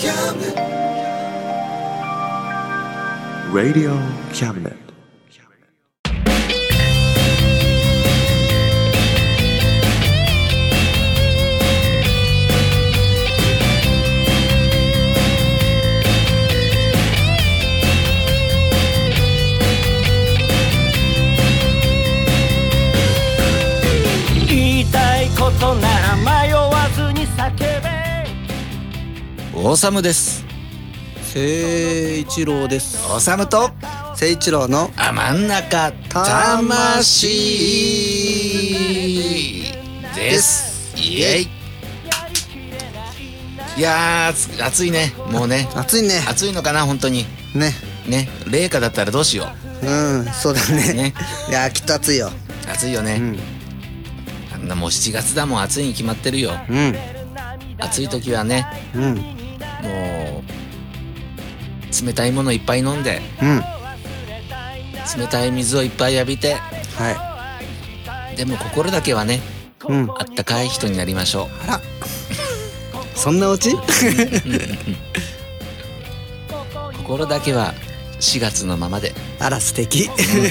Radio Cabinet. 言いたいことなら迷わずに叫べ。 オーサムです。 聖一郎です。 オーサムと聖一郎の真ん中魂です。イエイ。いやー暑いね。もうね暑いね。 暑いのかな本当にね。 冷夏だったらどうしよう。そうだね。 ね。 いやーきっと暑いよ。 暑いよね。あんなもう7月だもん。暑いに決まってるよ。暑い時はね、もう冷たいものいっぱい飲んで、冷たい水をいっぱい浴びて、でも心だけはね、あったかい人になりましょう。 あらそんなオチ心だけは4月のままで。 あら素敵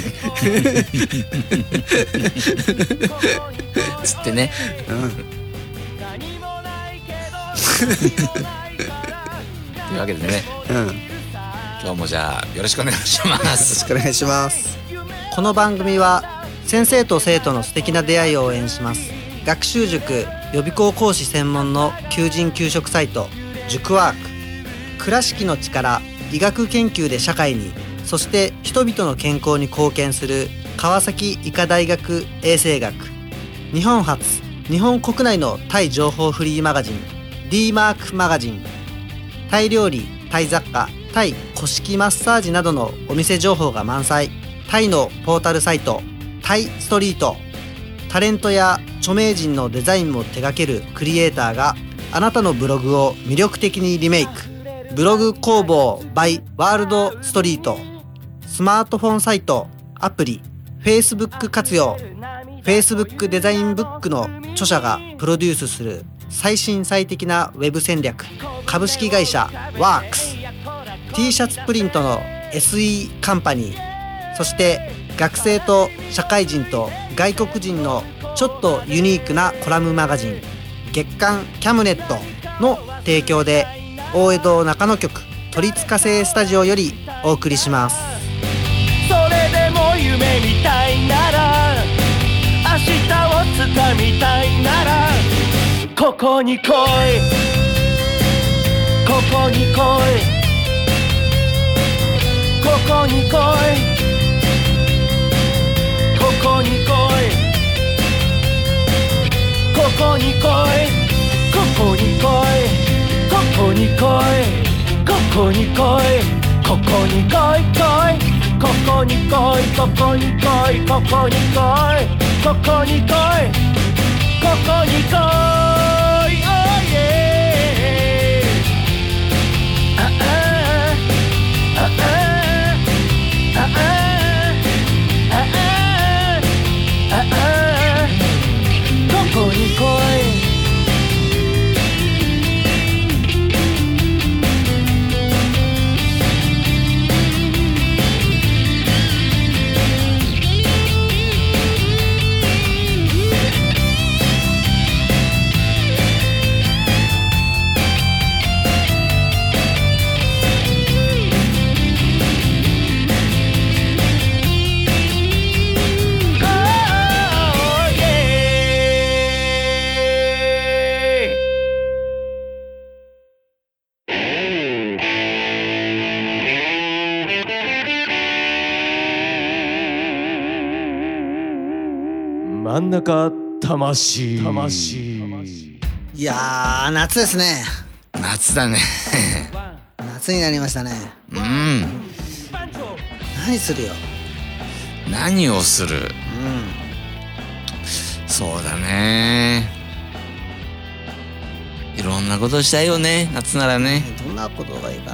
つってね、というわけでね、今日もじゃあよろしくお願いします。 よろしくお願いします。 この番組は先生と生徒の素敵な出会いを応援します。学習塾予備校講師専門の求人・求職サイト塾ワーク、倉敷の力、医学研究で社会に、そして人々の健康に貢献する川崎医科大学衛生学、日本初、日本国内のタイ情報フリーマガジン D マークマガジン、タイ料理、タイ雑貨、タイ古式マッサージなどのお店情報が満載。タイのポータルサイトタイストリート、タレントや著名人のデザインも手掛けるクリエイターがあなたのブログを魅力的にリメイク。ブログ工房 by ワールドストリート。スマートフォンサイト、アプリ、Facebook 活用。Facebook デザインブックの著者がプロデュースする最新最適なウェブ戦略。株式会社ワークス。 T シャツプリントの SE カンパニー。そして学生と社会人と外国人のちょっとユニークなコラムマガジン月刊キャムネットの提供で、大江戸中野局都立火星スタジオよりお送りします。 それでも夢みたいなら、明日をつかみたいなら、ここに来い、ここに来い、ここに来い、ここに来い、ここに来い、ここに来い、ここに来い、ここに来い、ここに来い、来い、ここに来い、ここに来い、ここに来い、ここに来い、ここに来い。ここに来い。 真ん中魂。 いやー夏ですね。 夏だね夏になりましたね。何するよ。 何をする。そうだね、いろんなことしたいよね、夏ならね。 どんなことがいいかな。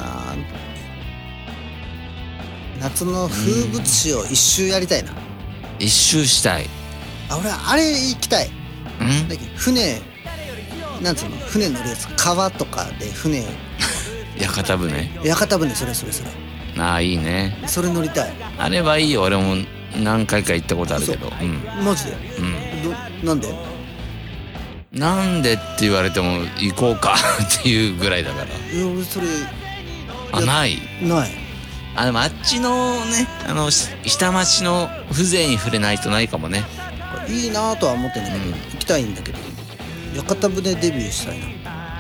夏の風物詩を一周やりたいな。 一周したい。 俺あれ行きたい。だっけ、船、なんつうの、船乗るやつ、川とかで船屋形船。 屋形船、それああいいね。 それ乗りたい。 あれはいいよ。俺も何回か行ったことあるけど。 マジで。なんで？ なんでって言われても行こうかっていうぐらいだから。 俺それない。でもあっちのね、下町の風情に触れないとないかもね。 いいなとは思ってんだけど、行きたいんだけど、屋形船デビューしたいな。い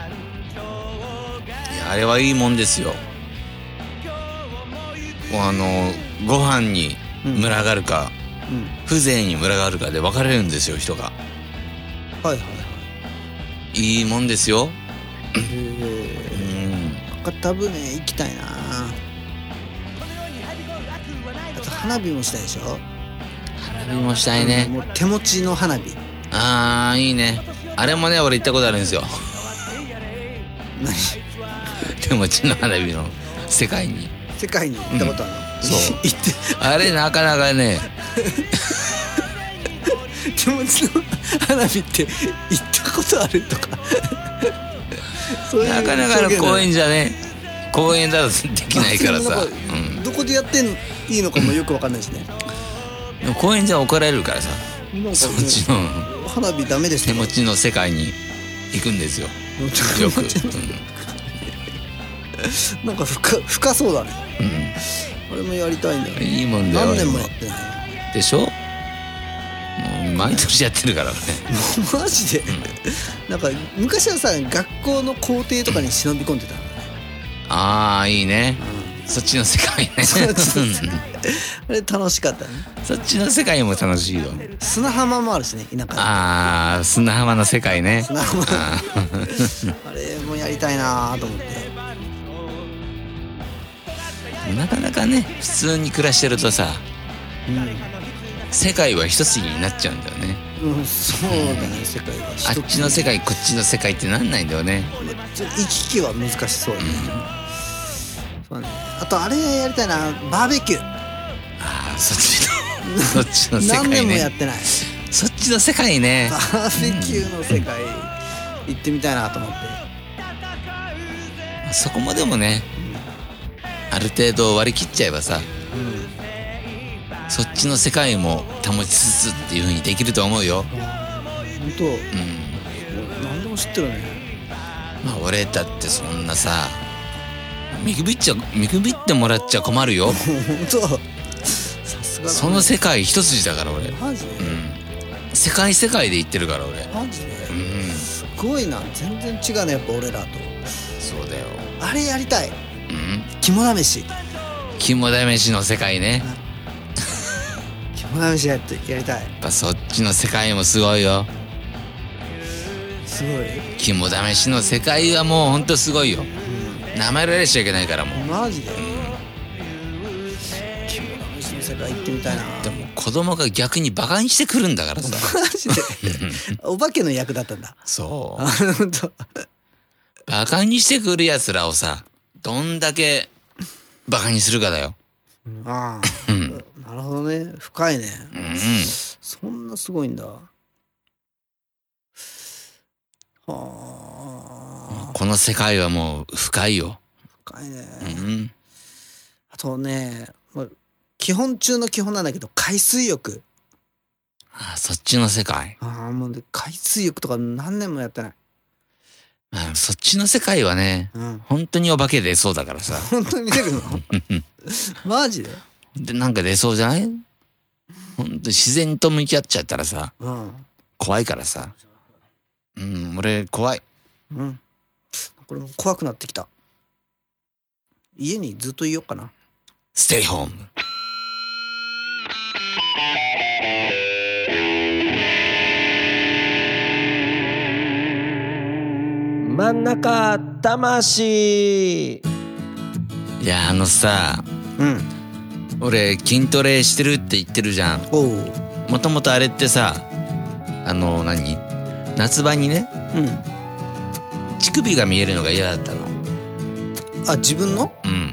や、あれはいいもんですよ。ご飯に群がるか、風情に群がるかで分かれるんですよ、人が。いいもんですよ。 屋形船行きたいな。あと花火もしたいでしょ。 花火もしたいね。 もう手持ちの花火。 ああいいね。あれもね、俺行ったことあるんですよ。 何？ 手持ちの花火の世界に行ったことあるの？ そう行って。 あれなかなかね。 手持ちの花火って行ったことあるとか。 なかなかの公園じゃね、公園だとできないからさ、 どこでやっていいのかもよくわかんないしね。 公園じゃ怒られるからさ、そっちの花火ダメです。 手持ちの世界に行くんですよ。よく。 なんか深そうだね。俺もやりたいんだよ。 いいもんだよ。 何年もやってないでしょ。もう毎年やってるからね。 マジで。なんか昔はさ、学校の校庭とかに忍び込んでた。 ああいいね。そっちの世界ね。 あれ楽しかったね。 そっちの世界も楽しいよ。 砂浜もあるしね、田舎。 ああ砂浜の世界ね。 砂浜。あれもやりたいなと思って。 なかなかね、普通に暮らしてるとさ、世界は一つになっちゃうんだよね。 そうだね、世界があっちの世界こっちの世界ってなんないんだよね。 行き来は難しそうだね。そうね。あとあれやりたいな、バーベキュー。 ああそっちの世界ね。 何年もやってない。 そっちの世界ね。 バーベキューの世界行ってみたいなと思って。 そこもでもね、ある程度割り切っちゃえばさ、そっちの世界も保ちつつっていう風にできると思うよ。 本当。何でも知ってるね。 まあ俺だってそんなさ、見くびってもらっちゃ困るよ。 本当。さすがだね。 その世界一筋だから俺。 マジで。 世界で言ってるから俺。 マジで。すごいな。全然違うね、やっぱ俺らと。 そうだよ。 あれやりたい。肝試しの世界ね。 肝試しやりたい。 やっぱそっちの世界もすごいよ。 すごい。 肝試しの世界はもうほんとすごいよ。名前られちゃいけないからもう。 マジで。肝試しの世界行ってみたいな。 でも子供が逆にバカにしてくるんだからさ。 マジで。お化けの役だったんだ。 そう。 本当。 バカにしてくるやつらをさ、どんだけバカにするかだよ。 なるほどね。深いね。そんなすごいんだ。 この世界はもう深いよ。 深いね。あとね、基本中の基本なんだけど、海水浴。 そっちの世界。 もうね、海水浴とか何年もやってない。 そっちの世界はね、本当にお化け出そうだからさ。 本当に出るの？マジで？ でなんか出そうじゃない？本当自然と向き合っちゃったらさ、怖いからさ。俺怖い。 これも怖くなってきた。家にずっといようかな。 ステイホーム。 真ん中魂。 いやさ、俺筋トレしてるって言ってるじゃん。もともとあれってさ、夏場にね、乳首が見えるのが嫌だったの。 自分の？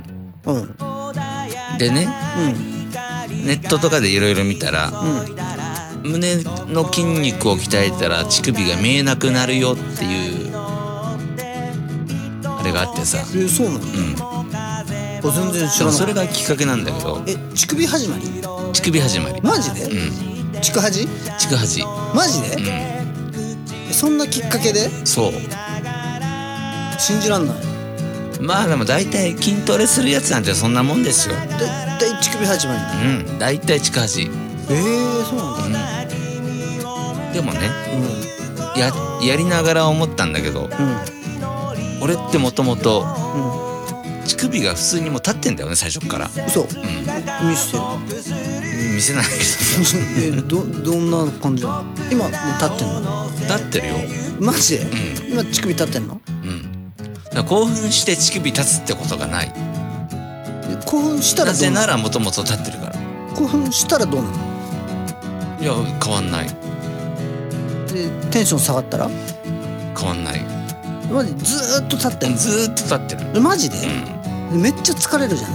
でね、ネットとかでいろいろ見たら、胸の筋肉を鍛えたら乳首が見えなくなるよっていうあれがあってさ。 そうなの？全然知らない。 それがきっかけなんだけど。 乳首始まり？ 乳首始まり。 マジで？乳首始？ 乳首始。 マジで？そんなきっかけで？ そう。 信じらんない。 まあでも大体筋トレするやつなんてそんなもんですよ。 大体乳首始まり。 大体乳首始。 そうなんだ。 でもね、やりながら思ったんだけど、俺ってもともと乳首が普通にもう立ってんだよね、最初から。 嘘。見せて。 見せないけど。どんな感じ？今もう立ってんの？ 立ってるよ。 マジで？今乳首立ってんの？ だから興奮して乳首立つってことがない。 興奮したらなぜならもともと立ってるから。 興奮したらどうなの？ いや変わんない。 でテンション下がったら変わんない。 マジずーっと立ってんの？ ずーっと立ってる。 マジで？めっちゃ疲れるじゃん。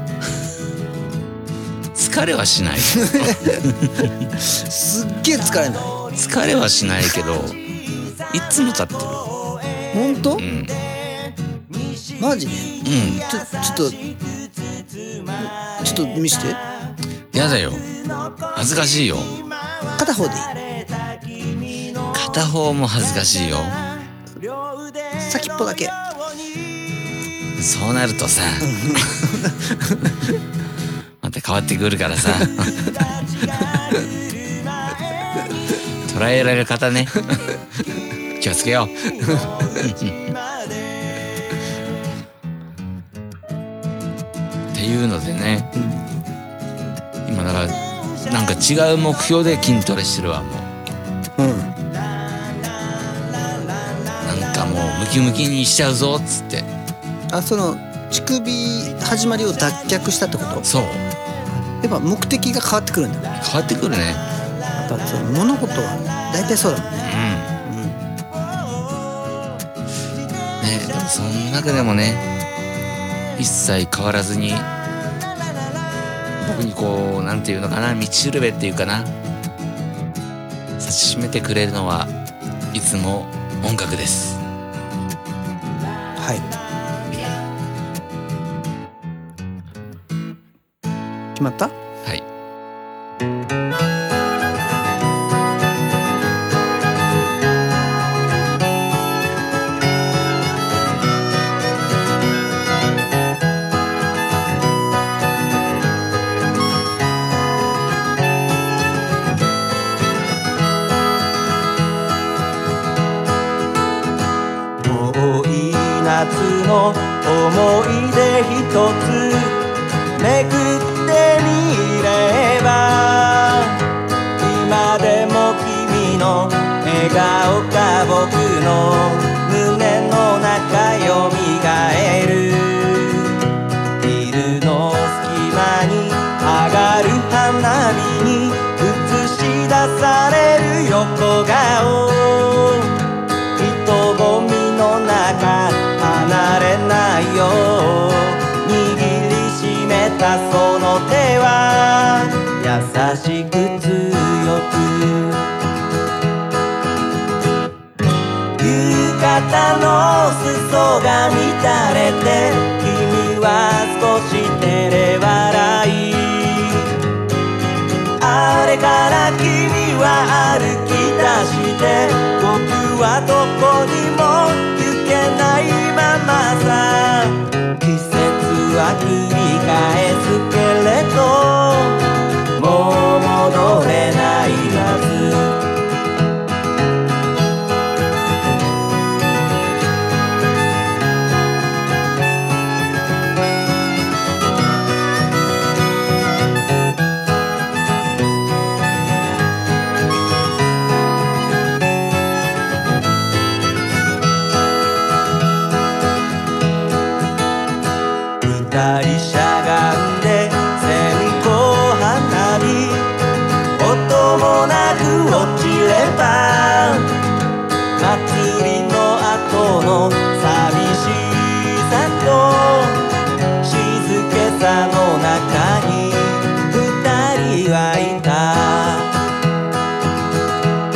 疲れはしない。 すっげえ疲れない？ 疲れはしないけどいつも立ってる。 本当？マジで？ちょっと見して。 やだよ、恥ずかしいよ。 片方でいい？ 片方も恥ずかしいよ。 先っぽだけ。 そうなるとさまた変わってくるからさ捉えられる方ね気をつけようっていうのでね、今だからなんか違う目標で筋トレしてるわ。もうなんかもうムキムキにしちゃうぞっつって。 その乳首始まりを脱却したってこと？ そう。 やっぱ目的が変わってくるんだね。 変わってくるね。 やっぱその物事は大体そうだもんね。 ね、でもその中でもね一切変わらずに僕にこうなんていうのかな、道しるべっていうかな、指し示めてくれるのはいつも音楽です。 はい。決まった？ はい。 夏の思い出一つめくってみれば、今でも君の笑顔が僕の胸の中よみがえる。ビルの隙間に上がる花火に映し出される横顔、人混みの中離れないよ、握りしめたその手は優しく強く、浴衣の裾が乱れて君は少し照れ笑い、あれから君は歩き出して僕はどこにも行けないままさ、季節は繰り返すけれどもう戻れないはず。二人しゃがんで線香花火、音もなく落ちれば祭りの後の寂しさと静けさの中に二人はいた。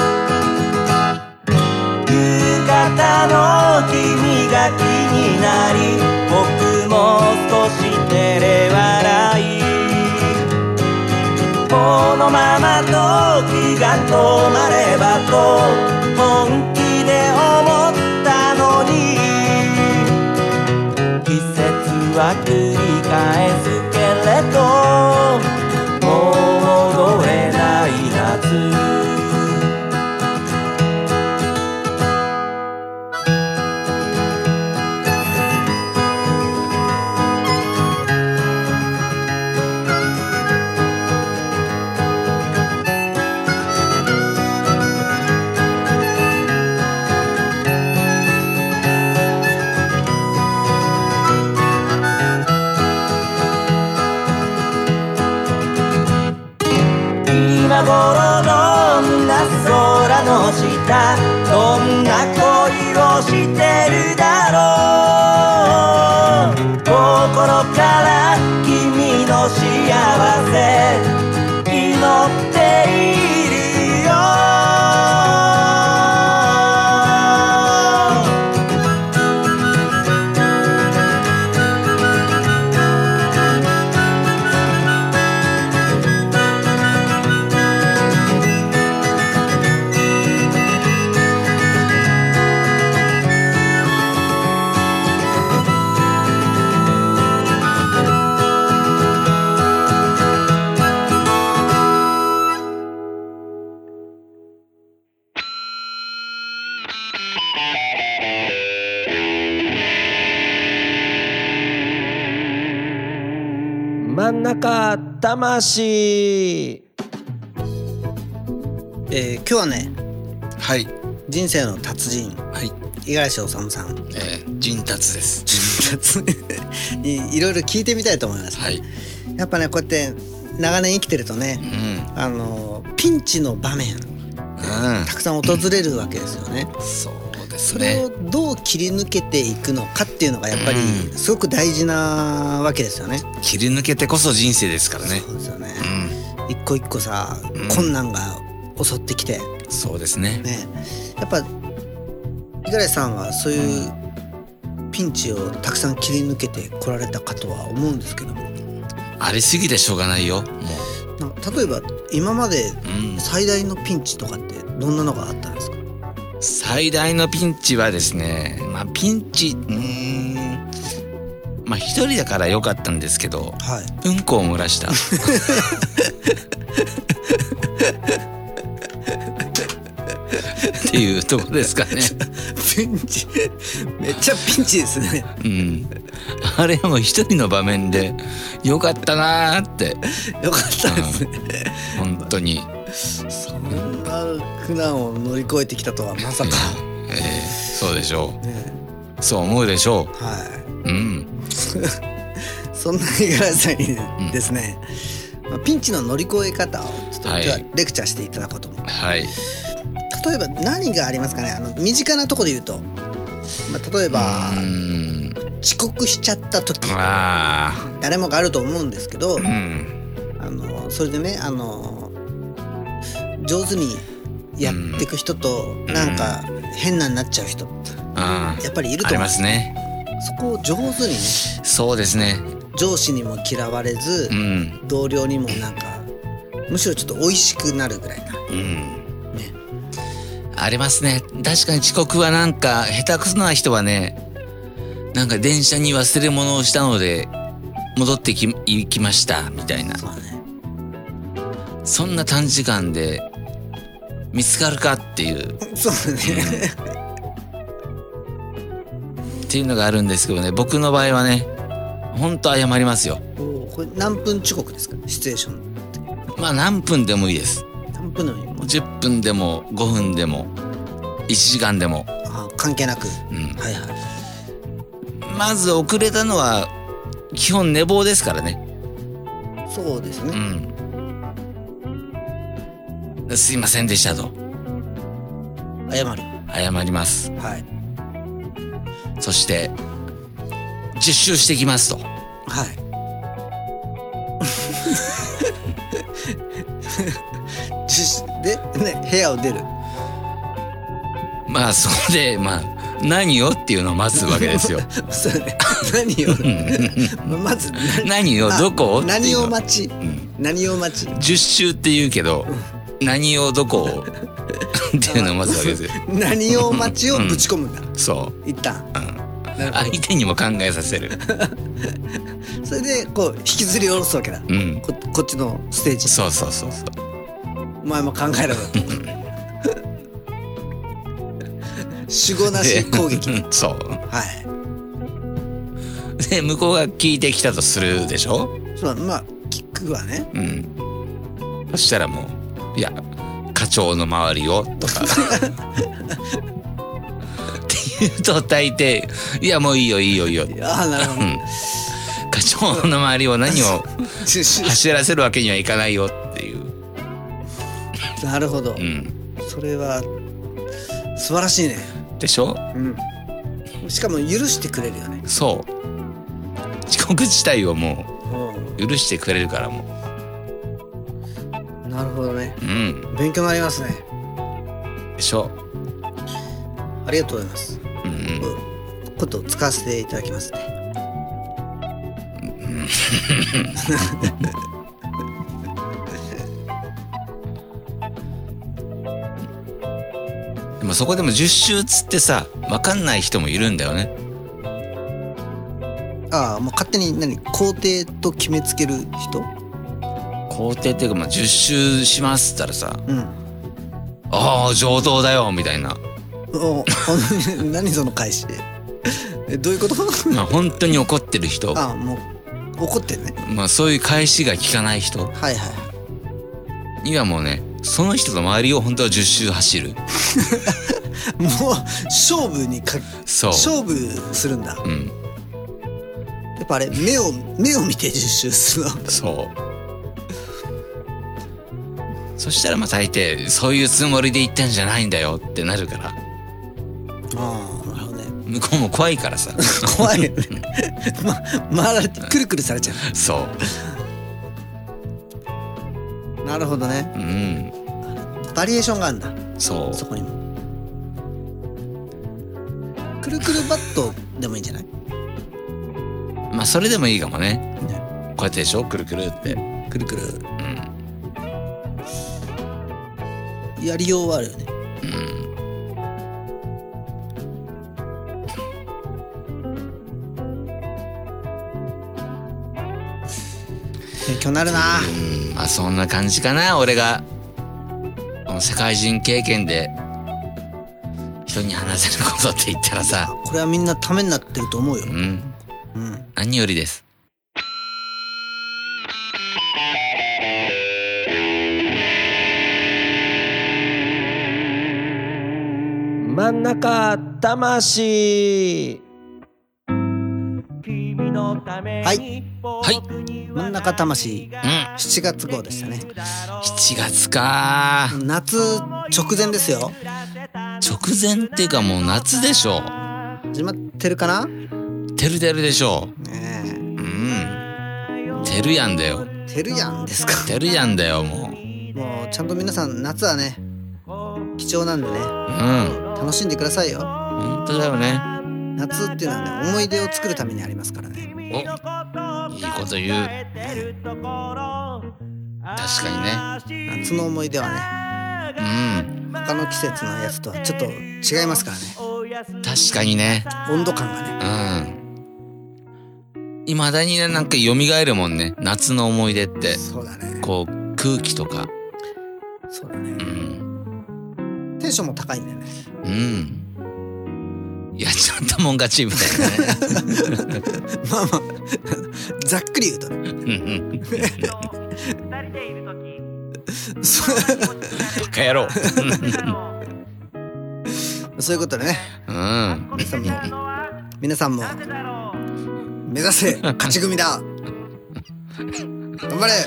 浴衣の君が気になり止まればと本気で思ったのに、季節は繰り返すけれどもう戻れないはず。今頃どんな空の下、どんな恋をしてるだろう。心から君の幸せ祈っているよ。 真ん中魂。 今日はね、 はい、 人生の達人、 はい、 五十嵐治さん、 人達です。 人達にいろいろ聞いてみたいと思います、 はい、 やっぱねこうやって長年生きてるとね、ピンチの場面、たくさん訪れるわけですよね、 そうですそね。 れをどう切り抜けていくのかっていうのがやっぱりすごく大事なわけですよね、 切り抜けてこそ人生ですからね。 そうですよね、一個一個さ、困難が襲ってきて、 そうですね。 やっぱ五十嵐さんはそういうピンチをたくさん切り抜けてこられたかとは思うんですけども、 ありすぎてしょうがないよ。も例えば今まで最大のピンチとかってどんなのがあったんですか？ 最大のピンチはですね、ピンチ一人だから良かったんですけど、うんこを漏らしたっていうとこですかね。 ピンチめっちゃピンチですね。 あれはもう一人の場面で良かったなーって。 良かったですね、 本当に。 そんな苦難を乗り越えてきたとはまさか。 そうでしょう、そう思うでしょう。 そんな五十嵐さんにですね、ピンチの乗り越え方をちょっと今日はレクチャーしていただこうと思う。例えば何がありますかね。身近なところで言うと、例えば遅刻しちゃった時、誰もがあると思うんですけど、それでね上手にやっていく人と、なんか変なになっちゃう人、やっぱりいると思う。ありますね。そこを上手にね。 そうですね。 上司にも嫌われず、同僚にもなんかむしろちょっと美味しくなるぐらいな、 ありますね。確かに遅刻はなんか下手くそな人はね、なんか電車に忘れ物をしたので戻って行きましたみたいな。そんな短時間で見つかるかっていう。 そうね、 っていうのがあるんですけどね、僕の場合はね、ほんと謝りますよ。 これ何分遅刻ですか？シチュエーションって。 何分でもいいです。 何分でもいい。 10分でも5分でも1時間でも関係なく、 まず遅れたのは基本寝坊ですからね。 そうですね、 すいませんでしたと謝ります。そして10周してきますと。 で、部屋を出る。 それで何をっていうのを待つわけですよ。 何をまず何をどこ何を待ち、何を待ち。 10周って言うけど、 何用どこをっていうのをまずわけですよ。 何用待ちをぶち込むんだ、 そう一旦、 相手にも考えさせる。 それでこう引きずり下ろすわけだ、こっちのステージ。 そうそうそうそう。 お前も考えろよと。守護なし攻撃。 そう。 はい。 で向こうが聞いてきたとするでしょ。 そう、まあ聞くわね。 そしたらもういや課長の周りをとかって言うと大抵いやもういいよいいよいいよ。 ああなるほど。 課長の周りを何を走らせるわけにはいかないよっていう。 なるほど。それは素晴らしいね。 でしょ。 しかも許してくれるよね。 そう。遅刻自体をもう許してくれるからもう。なるほどね。勉強になりますね。 でしょ。 ありがとうございます。ことを使わせていただきますね。 でもそこでも10周つってさ分かんない人もいるんだよね。 ああもう勝手に工程と決めつける人。 工程っていうかまあ10周しますって言ったらさ、ああ上等だよみたいな。 何その返し。どういうこと？ まあ本当に怒ってる人。 ああもう怒ってるね。 まあそういう返しが効かない人。 はいはいにはもうねその人の周りを本当は10周走る。 もう勝負にそう勝負するんだ。やっぱあれ目を見て10周するの。 そう。そしたらまあ大抵そういうつもりで言ったんじゃないんだよってなるから。 ああなるほどね。 向こうも怖いからさ。 怖いよね。回られてくるくるされちゃう。 そう。 なるほどね。バリエーションがあるんだ。 そう。 そこにも。くるくるバットでもいいんじゃない？ まあそれでもいいかもね。こうやってでしょ、くるくるって。 くるくる。やりようはあるよね。勉強になるな。 まあそんな感じかな。俺が世界人経験で人に話せることって言ったらさ、 これはみんなためになってると思うよ。 何よりです。 真ん中魂。 はい真ん中魂、7月号でしたね。 7月か。 夏直前ですよ。 直前っていうかもう夏でしょ。 始まってるかな。 てるでしょ。てるやんだよ。 てるやんですか。 てるやんだよもうちゃんと皆さん夏はね貴重なんでね、楽しんでくださいよ。 本当だよね。 夏っていうのはね思い出を作るためにありますからね。 いいこと言う。確かにね。夏の思い出はね、他の季節のやつとはちょっと違いますからね。 確かにね。 温度感がね。 未だにねなんか蘇るもんね、夏の思い出って。 そうだね。 こう空気とか。 そうだね。テンションも高いんだよね。 やっちゃったもん勝ちみたいなね。 まあざっくり言うとね。 バカ野郎。 そういうことでね。皆さんも目指せ勝ち組だ。頑張れ。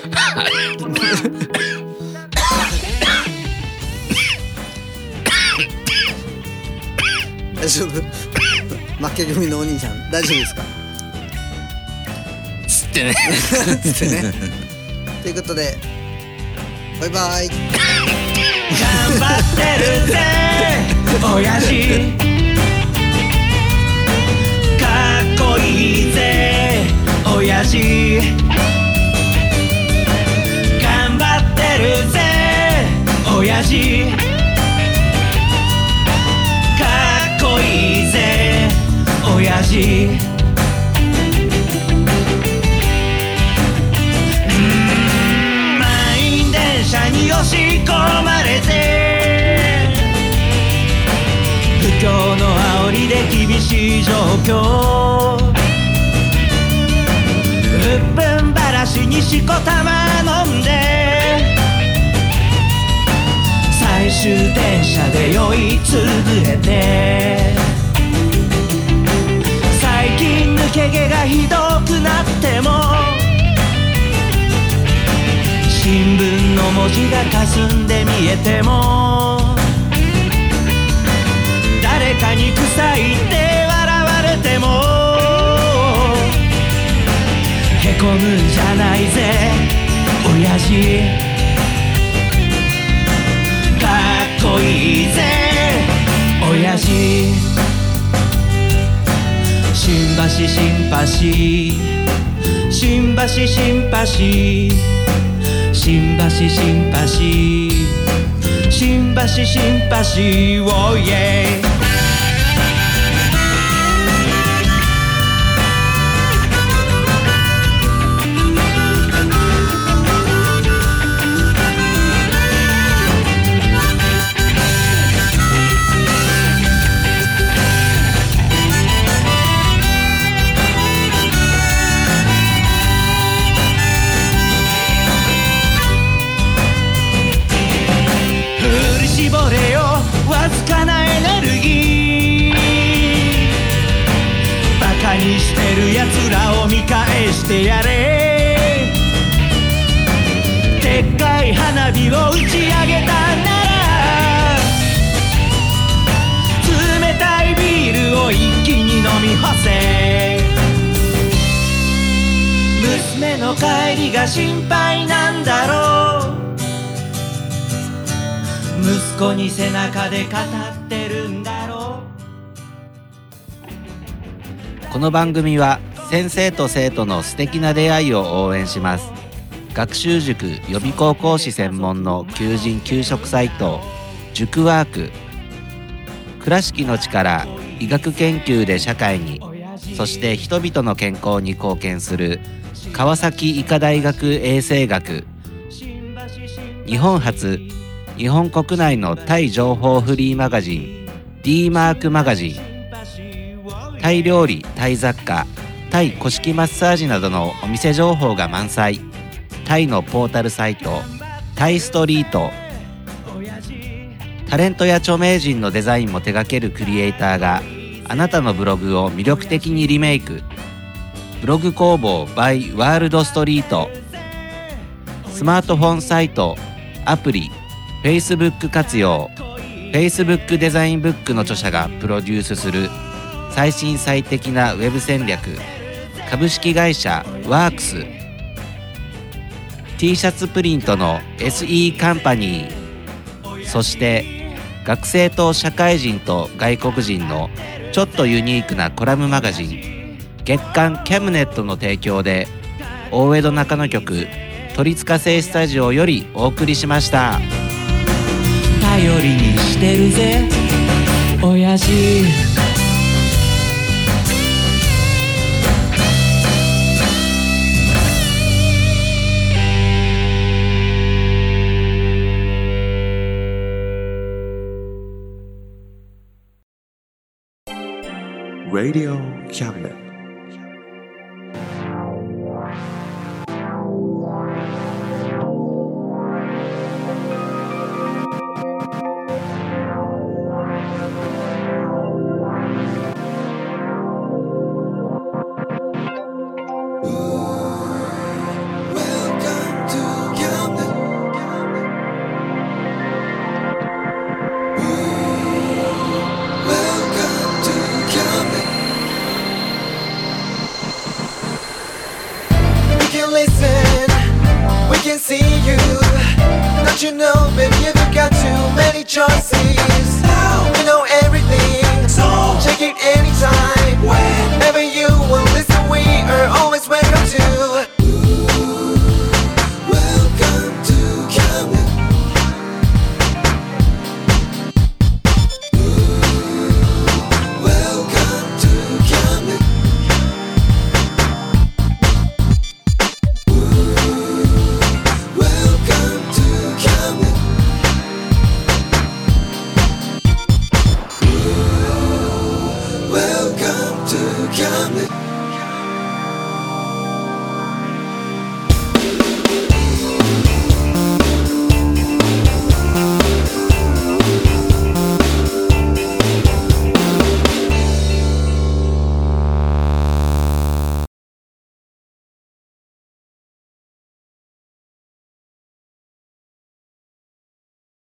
大丈夫？負け組のお兄ちゃん大丈夫ですか？ つってね。 つってね。ということでバイバイ。 頑張ってるぜ親父、かっこいいぜ親父、頑張ってるぜ父かっこいいぜ親父満員電車に押し込まれて不況の煽りで厳しい状況うっぷんばらしにしこたま飲んで最終電車で酔いつぶれて最近抜け毛がひどくなっても新聞の文字が霞んで見えても誰かに臭いって笑われてもへこむんじゃないぜ親父かっこいいぜ親父新橋新橋新橋新橋新橋新橋新橋新橋おいえ絞れよわずかなエネルギーバカにしてるやつらを見返してやれでっかい花火を打ち上げたなら冷たいビールを一気に飲み干せ娘の帰りが心配なんだろう息子に背中で語ってるんだろう。この番組は先生と生徒の素敵な出会いを応援します。学習塾予備高校師専門の求人・求職サイト塾ワーク、倉敷の力、医学研究で社会に、そして人々の健康に貢献する川崎医科大学衛生学、日本初日本国内のタイ情報フリーマガジン D マークマガジン、タイ料理、タイ雑貨、タイ古式マッサージなどのお店情報が満載、タイのポータルサイトタイストリート、タレントや著名人のデザインも手掛けるクリエイターがあなたのブログを魅力的にリメイク、ブログ工房 by ワールドストリート、スマートフォンサイト、アプリ、Facebook 活用、Facebook デザインブックの著者がプロデュースする最新最適なウェブ戦略、株式会社ワークス、T シャツプリントの SE カンパニー、そして学生と社会人と外国人のちょっとユニークなコラムマガジン月刊キャムネットの提供で大江戸中野局鳥塚製スタジオよりお送りしました。 頼りにしてるぜ親父 Radio Cabinet. You know, baby, you've got too many choices.